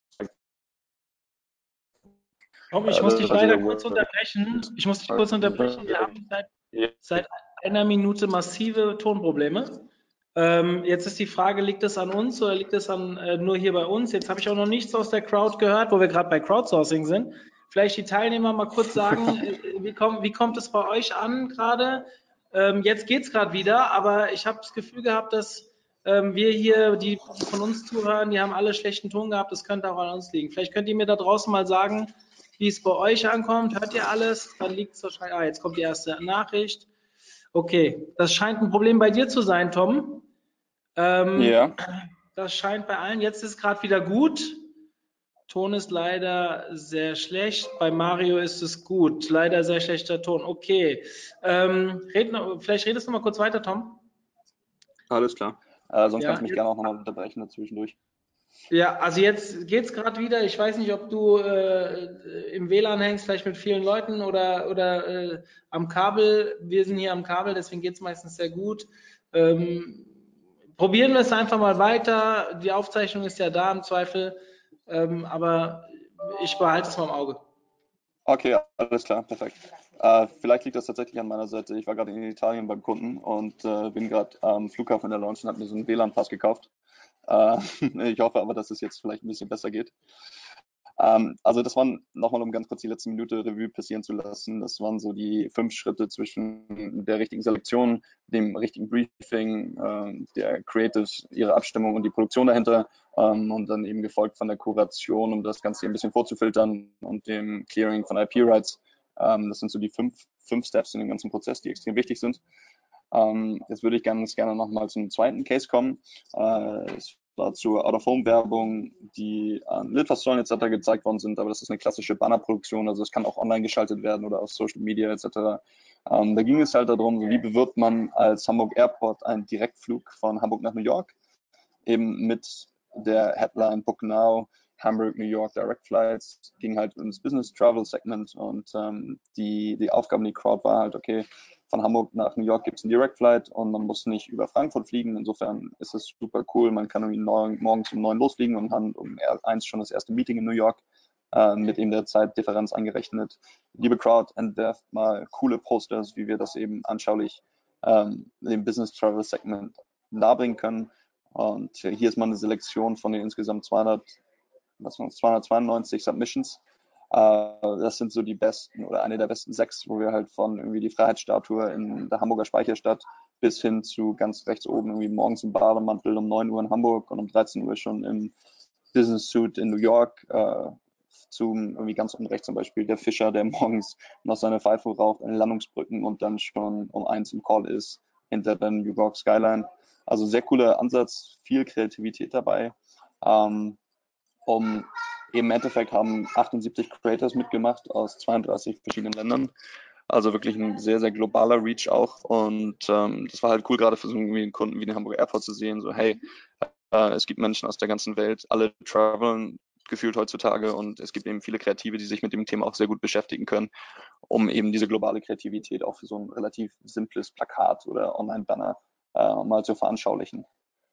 Tom, ich muss dich leider kurz unterbrechen. Ich muss dich kurz unterbrechen. Wir haben seit, seit einer Minute massive Tonprobleme. Ähm, jetzt ist die Frage, liegt es an uns oder liegt es an, äh, nur hier bei uns? Jetzt habe ich auch noch nichts aus der Crowd gehört, wo wir gerade bei Crowdsourcing sind. Vielleicht die Teilnehmer mal kurz sagen, äh, wie, kommt, wie kommt es bei euch an gerade? Ähm, jetzt geht es gerade wieder, aber ich habe das Gefühl gehabt, dass ähm, wir hier, die, die von uns zuhören, die haben alle schlechten Ton gehabt. Das könnte auch an uns liegen. Vielleicht könnt ihr mir da draußen mal sagen, wie es bei euch ankommt. Hört ihr alles? Dann liegt es wahrscheinlich. Ah, jetzt kommt die erste Nachricht. Okay, das scheint ein Problem bei dir zu sein, Tom. Ähm, ja. Das scheint bei allen. Jetzt ist gerade wieder gut. Ton ist leider sehr schlecht. Bei Mario ist es gut. Leider sehr schlechter Ton. Okay. Ähm, red noch, vielleicht redest du mal kurz weiter, Tom. Alles klar. Äh, sonst Ja, kannst du mich gerne auch nochmal unterbrechen dazwischendurch. Ja, also jetzt geht's gerade wieder. Ich weiß nicht, ob du äh, im W L A N hängst, vielleicht mit vielen Leuten oder, oder äh, am Kabel. Wir sind hier am Kabel, deswegen geht's meistens sehr gut. Ähm, probieren wir es einfach mal weiter. Die Aufzeichnung ist ja da im Zweifel, ähm, aber ich behalte es mal im Auge. Okay, alles klar, perfekt. Äh, vielleicht liegt das tatsächlich an meiner Seite. Ich war gerade in Italien beim Kunden und äh, bin gerade am Flughafen in der Lounge und habe mir so einen W L A N-Pass gekauft. Äh, ich hoffe aber, dass es jetzt vielleicht ein bisschen besser geht. Ähm, also das waren, nochmal um ganz kurz die letzte Minute Revue passieren zu lassen, das waren so die fünf Schritte zwischen der richtigen Selektion, dem richtigen Briefing, äh, der Creatives, ihre Abstimmung und die Produktion dahinter ähm, und dann eben gefolgt von der Kuration, um das Ganze ein bisschen vorzufiltern und dem Clearing von I P-Rights. Ähm, das sind so die fünf, fünf Steps in dem ganzen Prozess, die extrem wichtig sind. Ähm, jetzt würde ich ganz gerne nochmal zum zweiten Case kommen. Äh, es war zur Out-of-Home-Werbung, die an Litfaßsäulen et cetera gezeigt worden sind, aber das ist eine klassische Bannerproduktion, also es kann auch online geschaltet werden oder auf Social Media et cetera. Ähm, da ging es halt darum, wie bewirbt man als Hamburg Airport einen Direktflug von Hamburg nach New York, eben mit der Headline Book Now, Hamburg, New York Direct Flights, ging halt ins Business Travel Segment und ähm, die, die Aufgabe, die Crowd war halt, okay, von Hamburg nach New York gibt es einen Direct Flight und man muss nicht über Frankfurt fliegen. Insofern ist es super cool. Man kann irgendwie neun, morgens um neun losfliegen und hat um eins schon das erste Meeting in New York äh, mit eben der Zeitdifferenz eingerechnet. Liebe Crowd, entwerft mal coole Posters, wie wir das eben anschaulich ähm, im Business Travel Segment darbringen können. Und hier ist mal eine Selektion von den insgesamt zweihundert, was waren es, zweihundertzweiundneunzig Submissions. Das sind so die besten oder eine der besten sechs, wo wir halt von irgendwie die Freiheitsstatue in der Hamburger Speicherstadt bis hin zu ganz rechts oben irgendwie morgens im Bademantel um neun Uhr in Hamburg und um dreizehn Uhr schon im Business Suit in New York, äh, zum irgendwie ganz unten rechts zum Beispiel der Fischer, der morgens noch seine Pfeife raucht in Landungsbrücken und dann schon um eins im Call ist hinter der New York Skyline. Also sehr cooler Ansatz, viel Kreativität dabei. Ähm, um im Endeffekt haben achtundsiebzig Creators mitgemacht aus zweiunddreißig verschiedenen Ländern. Also wirklich ein sehr, sehr globaler Reach auch. Und ähm, das war halt cool, gerade für so einen Kunden wie den Hamburger Airport zu sehen. So, hey, äh, es gibt Menschen aus der ganzen Welt, alle travelen gefühlt heutzutage und es gibt eben viele Kreative, die sich mit dem Thema auch sehr gut beschäftigen können, um eben diese globale Kreativität auch für so ein relativ simples Plakat oder Online-Banner äh, mal zu veranschaulichen.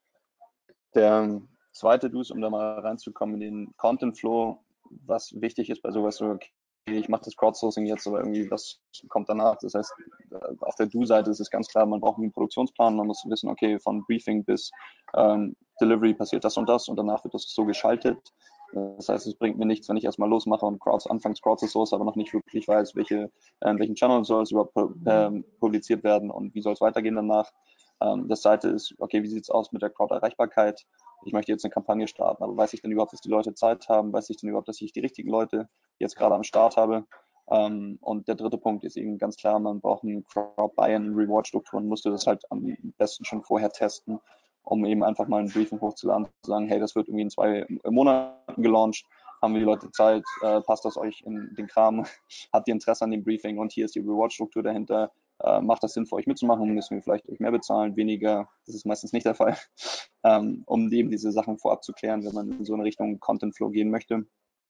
Der zweite Do's, um da mal reinzukommen in den Content Flow, was wichtig ist bei sowas, so, okay, ich mache das Crowdsourcing jetzt, aber irgendwie was kommt danach? Das heißt, auf der Do-Seite ist es ganz klar, man braucht einen Produktionsplan, man muss wissen, okay, von Briefing bis ähm, Delivery passiert das und das und danach wird das so geschaltet. Das heißt, es bringt mir nichts, wenn ich erstmal losmache und Crowds, anfangs Crowdsource, aber noch nicht wirklich weiß, welche, äh, in welchen Channel soll es überhaupt äh, publiziert werden und wie soll es weitergehen danach. Ähm, das Seite ist, okay, wie sieht es aus mit der Crowd-Erreichbarkeit? Ich möchte jetzt eine Kampagne starten, aber weiß ich denn überhaupt, dass die Leute Zeit haben? Weiß ich denn überhaupt, dass ich die richtigen Leute jetzt gerade am Start habe? Ähm, und der dritte Punkt ist eben ganz klar, man braucht eine Crowd-Buy-and Reward-Struktur und musste das halt am besten schon vorher testen, um eben einfach mal ein Briefing hochzuladen, zu sagen, hey, das wird irgendwie in zwei Monaten gelauncht, haben wir die Leute Zeit, äh, passt das euch in den Kram, habt ihr Interesse an dem Briefing und hier ist die Reward-Struktur dahinter. Äh, macht das Sinn für euch mitzumachen, müssen wir vielleicht euch mehr bezahlen, weniger, das ist meistens nicht der Fall, ähm, um eben diese Sachen vorab zu klären, wenn man in so eine Richtung Content Flow gehen möchte.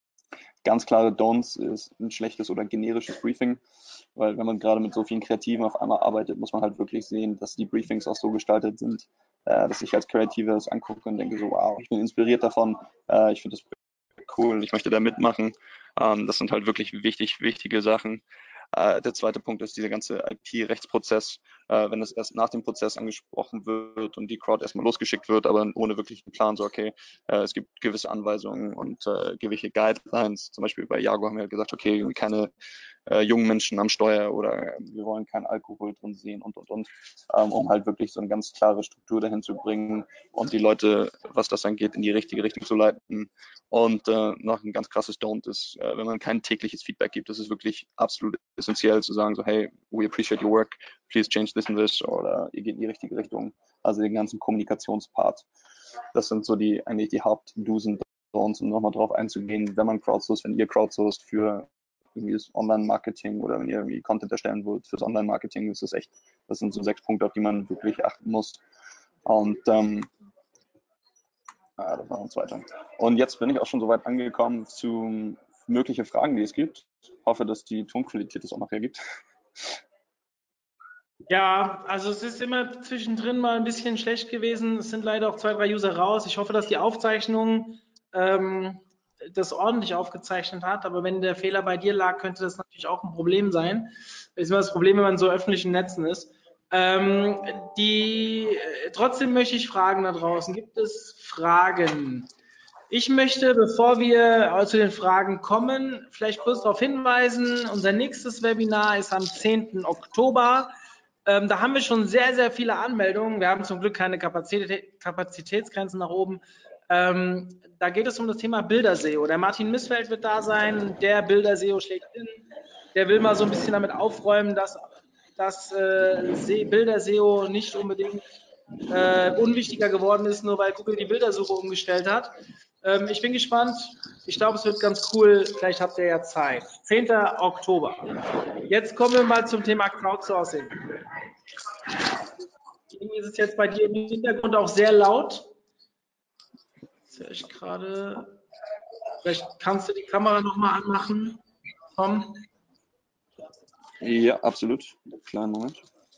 Ganz klare Don'ts ist ein schlechtes oder generisches Briefing, weil wenn man gerade mit so vielen Kreativen auf einmal arbeitet, muss man halt wirklich sehen, dass die Briefings auch so gestaltet sind, äh, dass ich als Kreativer das angucke und denke so, wow, ich bin inspiriert davon, äh, ich finde das cool, ich möchte da mitmachen. Ähm, das sind halt wirklich wichtig, wichtige Sachen. Äh, der zweite Punkt ist dieser ganze I P-Rechtsprozess, äh, wenn es erst nach dem Prozess angesprochen wird und die Crowd erstmal losgeschickt wird, aber ohne wirklich einen Plan, so okay, äh, es gibt gewisse Anweisungen und äh, gewisse Guidelines. Zum Beispiel bei Jago haben wir halt gesagt, okay, keine äh, jungen Menschen am Steuer oder wir wollen keinen Alkohol drin sehen und, und, und, ähm, um halt wirklich so eine ganz klare Struktur dahin zu bringen und die Leute, was das angeht, in die richtige Richtung zu leiten. Und äh, noch ein ganz krasses Don't ist, äh, wenn man kein tägliches Feedback gibt, das ist wirklich absolut essentiell zu sagen, so hey, we appreciate your work, please change this and this oder ihr geht in die richtige Richtung. Also den ganzen Kommunikationspart. Das sind so die eigentlich die Haupt-Do's und Don'ts, um nochmal drauf einzugehen, wenn man crowdsourced, wenn ihr crowdsourced für irgendwie das Online-Marketing oder wenn ihr irgendwie Content erstellen wollt fürs Online-Marketing, ist das echt, das sind so sechs Punkte, auf die man wirklich achten muss. Und ähm, ah, das war ein zweiter. Und jetzt bin ich auch schon so weit angekommen zu mögliche Fragen, die es gibt. Ich hoffe, dass die Tonqualität es auch noch hergibt. Ja, also es ist immer zwischendrin mal ein bisschen schlecht gewesen. Es sind leider auch zwei, drei User raus. Ich hoffe, dass die Aufzeichnung ähm, das ordentlich aufgezeichnet hat. Aber wenn der Fehler bei dir lag, könnte das natürlich auch ein Problem sein. Das ist immer das Problem, wenn man in so öffentlichen Netzen ist. Ähm, die, trotzdem möchte ich fragen da draußen. Gibt es Fragen? Ich möchte, bevor wir zu den Fragen kommen, vielleicht kurz darauf hinweisen, unser nächstes Webinar ist am zehnten Oktober. Ähm, da haben wir schon sehr, sehr viele Anmeldungen. Wir haben zum Glück keine Kapazität, Kapazitätsgrenzen nach oben. Ähm, da geht es um das Thema Bilder-S E O. Der Martin Missfeld wird da sein, der Bilder-S E O schlägt in. der will mal so ein bisschen damit aufräumen, dass, dass äh, Bilder-S E O nicht unbedingt äh, unwichtiger geworden ist, nur weil Google die Bildersuche umgestellt hat. Ähm, ich bin gespannt. Ich glaube, es wird ganz cool. Vielleicht habt ihr ja Zeit. zehnter Oktober. Jetzt kommen wir mal zum Thema Crowdsourcing. Irgendwie ist es jetzt bei dir im Hintergrund auch sehr laut. Das höre ich gerade. Vielleicht kannst du die Kamera nochmal anmachen, Tom? Ja, absolut. Kleinen Moment.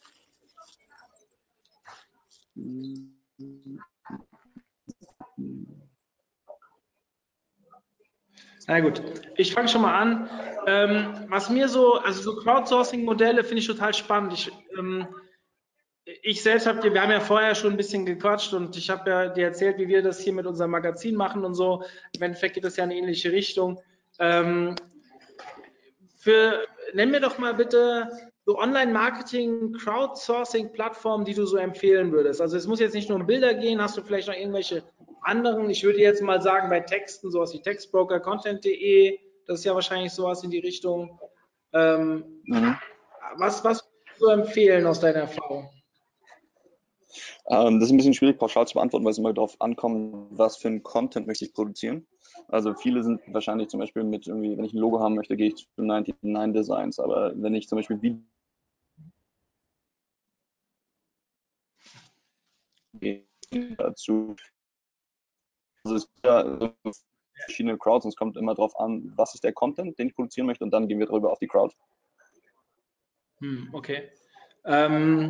Na gut, ich fange schon mal an. Ähm, was mir so, also so Crowdsourcing-Modelle finde ich total spannend. Ich, ähm, ich selbst habe dir, wir haben ja vorher schon ein bisschen gequatscht und ich habe ja dir erzählt, wie wir das hier mit unserem Magazin machen und so. Im Endeffekt geht das ja in eine ähnliche Richtung. Ähm, für, nenn mir doch mal bitte so Online-Marketing, Crowdsourcing-Plattformen, die du so empfehlen würdest. Also es muss jetzt nicht nur um Bilder gehen, hast du vielleicht noch irgendwelche anderen? Ich würde jetzt mal sagen, bei Texten, sowas wie Textbroker, Content punkt de, das ist ja wahrscheinlich sowas in die Richtung. Ähm, mhm. Was, was würdest du empfehlen aus deiner Erfahrung? Ähm, das ist ein bisschen schwierig pauschal zu beantworten, weil es immer darauf ankommt, was für ein Content möchte ich produzieren. Also viele sind wahrscheinlich zum Beispiel mit irgendwie, wenn ich ein Logo haben möchte, gehe ich zu neunundneunzig Designs, aber wenn ich zum Beispiel Video dazu, also es gibt ja verschiedene Crowds und es kommt immer darauf an, was ist der Content, den ich produzieren möchte und dann gehen wir darüber auf die Crowd. Hm, okay. Ähm,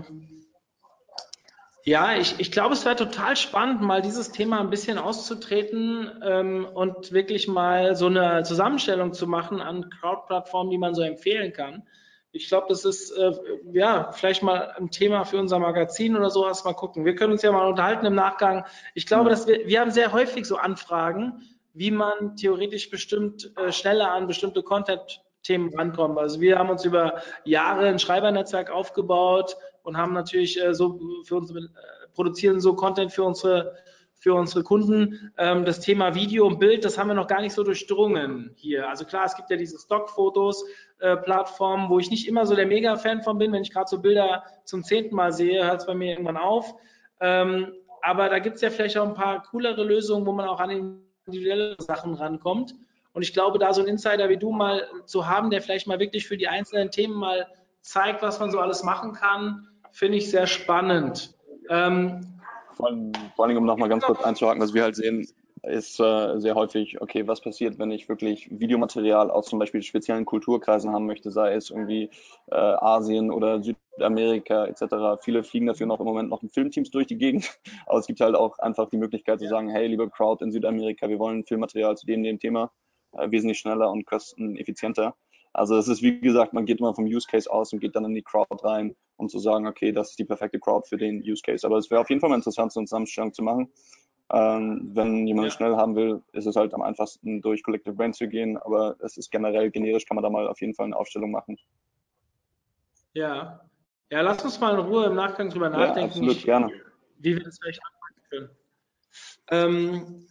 ja, ich, ich glaube, es wäre total spannend, mal dieses Thema ein bisschen auszutreten ähm, und wirklich mal so eine Zusammenstellung zu machen an Crowd-Plattformen, die man so empfehlen kann. Ich glaube, das ist äh, ja vielleicht mal ein Thema für unser Magazin oder sowas. Mal gucken. Wir können uns ja mal unterhalten im Nachgang. Ich glaube, dass wir, wir haben sehr häufig so Anfragen, wie man theoretisch bestimmt äh, schneller an bestimmte Content-Themen rankommt. Also wir haben uns über Jahre ein Schreibernetzwerk aufgebaut und haben natürlich äh, so für unsere äh, produzieren so Content für unsere für unsere Kunden. Ähm, das Thema Video und Bild, das haben wir noch gar nicht so durchdrungen hier. Also klar, es gibt ja diese Stockfotos-Plattformen, äh, wo ich nicht immer so der Mega-Fan von bin. Wenn ich gerade so Bilder zum zehnten Mal sehe, hört es bei mir irgendwann auf. Ähm, aber da gibt es ja vielleicht auch ein paar coolere Lösungen, wo man auch an individuelle Sachen rankommt. Und ich glaube, da so ein Insider wie du mal zu haben, der vielleicht mal wirklich für die einzelnen Themen mal zeigt, was man so alles machen kann, finde ich sehr spannend. Ähm, Vor allem, vor allem, um nochmal ganz kurz einzuhaken, was wir halt sehen, ist äh, sehr häufig, okay, was passiert, wenn ich wirklich Videomaterial aus zum Beispiel speziellen Kulturkreisen haben möchte, sei es irgendwie äh, Asien oder Südamerika et cetera. Viele fliegen dafür noch im Moment noch in Filmteams durch die Gegend, aber es gibt halt auch einfach die Möglichkeit zu sagen, hey, liebe Crowd in Südamerika, wir wollen Filmmaterial zu dem, dem Thema, äh, wesentlich schneller und kosteneffizienter. Also es ist, wie gesagt, man geht immer vom Use Case aus und geht dann in die Crowd rein, um zu sagen, okay, das ist die perfekte Crowd für den Use Case. Aber es wäre auf jeden Fall mal interessant, so eine Zusammenstellung zu machen. Ähm, wenn jemand ja. schnell haben will, ist es halt am einfachsten, durch Collective Brain zu gehen, aber es ist generell generisch, kann man da mal auf jeden Fall eine Aufstellung machen. Ja, ja, lass uns mal in Ruhe im Nachgang drüber nachdenken, ja, absolut, ich, gerne. wie wir das vielleicht anfangen können. Ähm,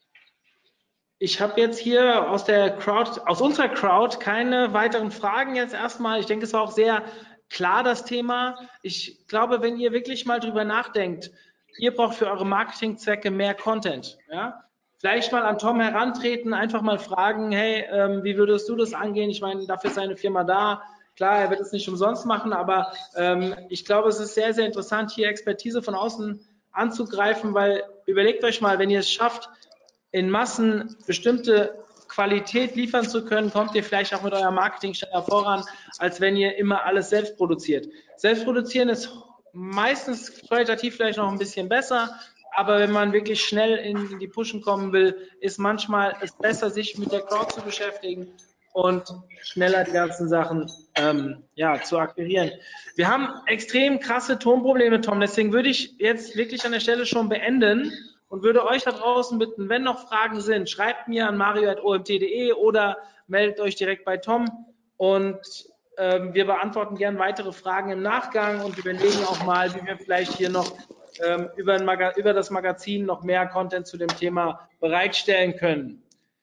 Ich habe jetzt hier aus der Crowd, aus unserer Crowd keine weiteren Fragen jetzt erstmal. Ich denke, es war auch sehr klar, das Thema. Ich glaube, wenn ihr wirklich mal drüber nachdenkt, ihr braucht für eure Marketingzwecke mehr Content. Ja? Vielleicht mal an Tom herantreten, einfach mal fragen, hey, ähm, wie würdest du das angehen? Ich meine, dafür ist seine Firma da. Klar, er wird es nicht umsonst machen, aber ähm, ich glaube, es ist sehr, sehr interessant, hier Expertise von außen anzugreifen, weil überlegt euch mal, wenn ihr es schafft, in Massen bestimmte Qualität liefern zu können, kommt ihr vielleicht auch mit eurem Marketing schneller voran, als wenn ihr immer alles selbst produziert. Selbst produzieren ist meistens qualitativ vielleicht noch ein bisschen besser, aber wenn man wirklich schnell in die Pushen kommen will, ist manchmal es besser, sich mit der Crowd zu beschäftigen und schneller die ganzen Sachen ähm, ja, zu akquirieren. Wir haben extrem krasse Tonprobleme, Tom, deswegen würde ich jetzt wirklich an der Stelle schon beenden und würde euch da draußen bitten, wenn noch Fragen sind, schreibt mir an mario at o m t punkt de oder meldet euch direkt bei Tom und ähm, wir beantworten gern weitere Fragen im Nachgang und überlegen auch mal, wie wir vielleicht hier noch ähm, über, ein Maga- über das Magazin noch mehr Content zu dem Thema bereitstellen können.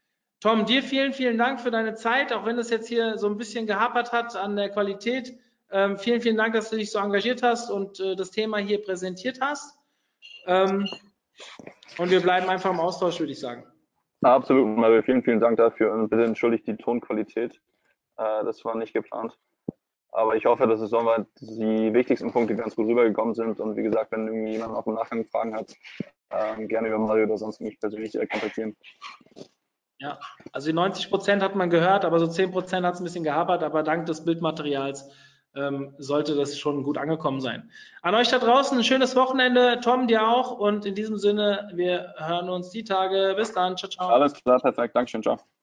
Tom, dir vielen, vielen Dank für deine Zeit, auch wenn es jetzt hier so ein bisschen gehapert hat an der Qualität. Ähm, vielen, vielen Dank, dass du dich so engagiert hast und äh, das Thema hier präsentiert hast. Ähm, und wir bleiben einfach im Austausch, würde ich sagen. Absolut, Mario. Vielen, vielen Dank dafür und bitte entschuldigt die Tonqualität. Äh, das war nicht geplant. Aber ich hoffe, dass es soweit die wichtigsten Punkte ganz gut rübergekommen sind. Und wie gesagt, wenn irgendwie jemand auch im Nachgang Fragen hat, äh, gerne über Mario oder sonst mich persönlich äh, kontaktieren. Ja, also die neunzig Prozent hat man gehört, aber so zehn Prozent hat es ein bisschen gehapert, aber dank des Bildmaterials ähm, sollte das schon gut angekommen sein. An euch da draußen ein schönes Wochenende, Tom, dir auch, und in diesem Sinne, wir hören uns die Tage. Bis dann, ciao, ciao. Alles klar, perfekt, Dankeschön, ciao.